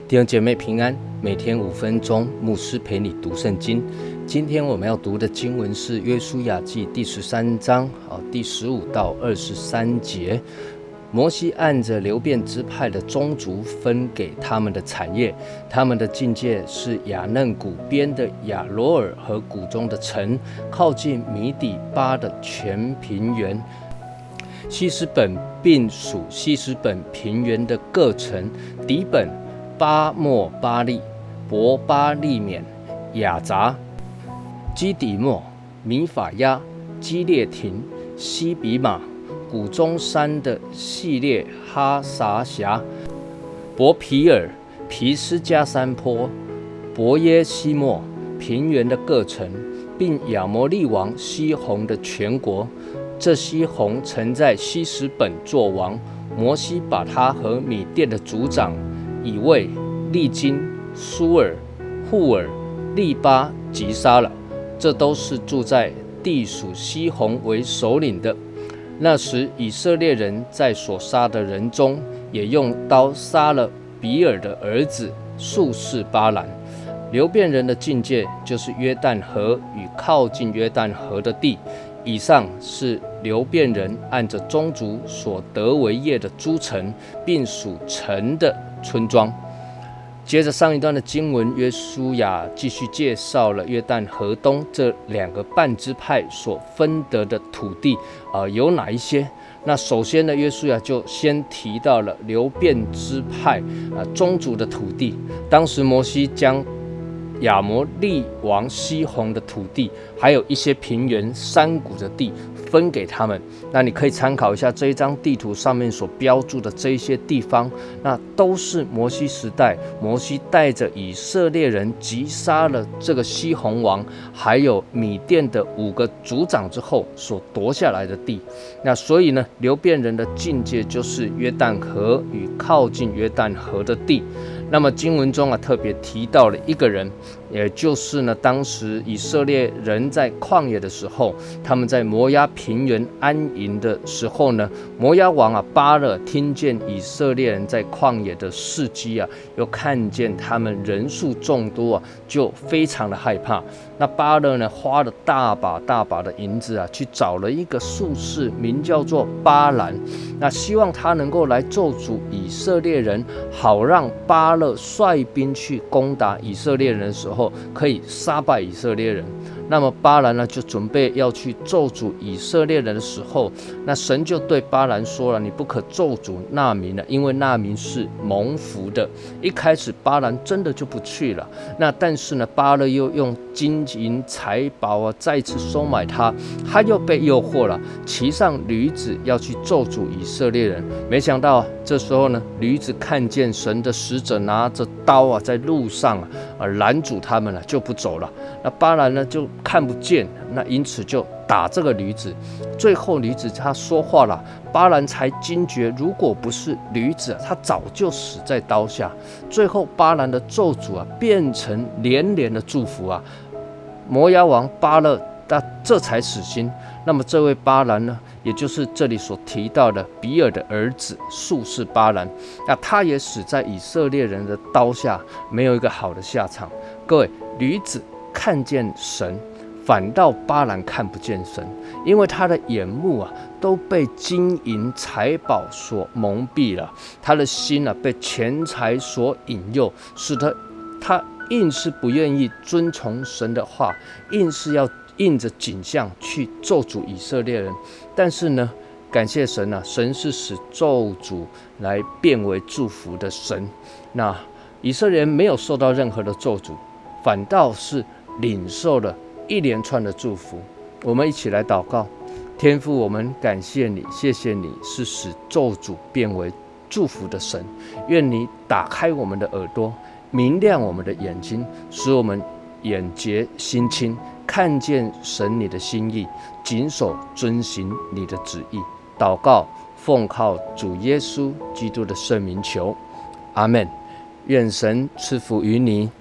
弟兄姐妹平安，每天5分钟，牧师陪你读圣经。今天我们要读的经文是约书亚记第13章第15到23节。摩西按着流便支派的宗族分给他们的产业，他们的境界是亚嫩谷边的亚罗尔和谷中的城，靠近米底巴的全平原，希实本并属希实本平原的各城，底本、巴莫巴利、伯巴利缅、雅杂、基底莫、米法亚、基列亭、西比马、谷中山的系列哈撒辖、伯皮尔、皮斯加山坡、伯耶西莫平原的各城，并亚摩利王西宏的全国。这西宏曾在希实本作王，摩西把他和米甸的族长以卫、利金、苏尔、户尔、利巴击杀了。这都是住在地属西宏为首领的。那时以色列人在所杀的人中，也用刀杀了比尔的儿子术士巴兰。流便人的境界就是约旦河与靠近约旦河的地。以上是流便人按着宗族所得为业的诸城，并属城的村庄。接着上一段的经文，约书亚继续介绍了约旦河东这2个半支派所分得的土地有哪一些。那首先呢，约书亚就先提到了流便支派宗族的土地。当时摩西将亚摩利王西宏的土地，还有一些平原山谷的地分给他们。那你可以参考一下这一张地图上面所标注的这一些地方，那都是摩西时代摩西带着以色列人击杀了这个西宏王还有米甸的5个族长之后所夺下来的地。那所以呢，流便人的境界就是约旦河与靠近约旦河的地。那么经文中特别提到了一个人，也就是呢，当时以色列人在旷野的时候，他们在摩押平原安营的时候呢，摩押王巴勒听见以色列人在旷野的事迹又看见他们人数众多就非常的害怕。那巴勒呢，花了大把的银子去找了一个术士，名叫做巴兰，那希望他能够来咒诅以色列人，好让巴勒率兵去攻打以色列人的时候可以杀败以色列人。那么巴兰呢，就准备要去咒诅以色列人的时候，那神就对巴兰说了，你不可咒诅那民了，因为那民是蒙福的。一开始巴兰真的就不去了，那但是呢，巴勒又用金银财宝再次收买他，他又被诱惑了，骑上驴子要去咒诅以色列人。没想到这时候呢，驴子看见神的使者拿着刀在路上拦阻他们了，就不走了。那巴兰呢就看不见，那因此就打这个驴子。最后驴子他说话了，巴兰才惊觉，如果不是驴子他早就死在刀下。最后巴兰的咒诅变成连连的祝福摩押王巴勒这才死心。那么这位巴兰呢，也就是这里所提到的比尔的儿子术士巴兰，那他也死在以色列人的刀下，没有一个好的下场。各位，驴子看见神，反倒巴兰看不见神，因为他的眼目都被金银财宝所蒙蔽了，他的心被钱财所引诱，使得他硬是不愿意遵从神的话，硬是要印着景象去咒诅以色列人。但是呢，感谢神神是使咒诅来变为祝福的神。那以色列人没有受到任何的咒诅，反倒是领受了一连串的祝福。我们一起来祷告。天父，我们感谢你，谢谢你是使咒诅变为祝福的神。愿你打开我们的耳朵，明亮我们的眼睛，使我们眼洁心清，看见神你的心意，谨守遵行你的旨意。祷告奉靠主耶稣基督的圣名求，阿们。愿神赐福于你。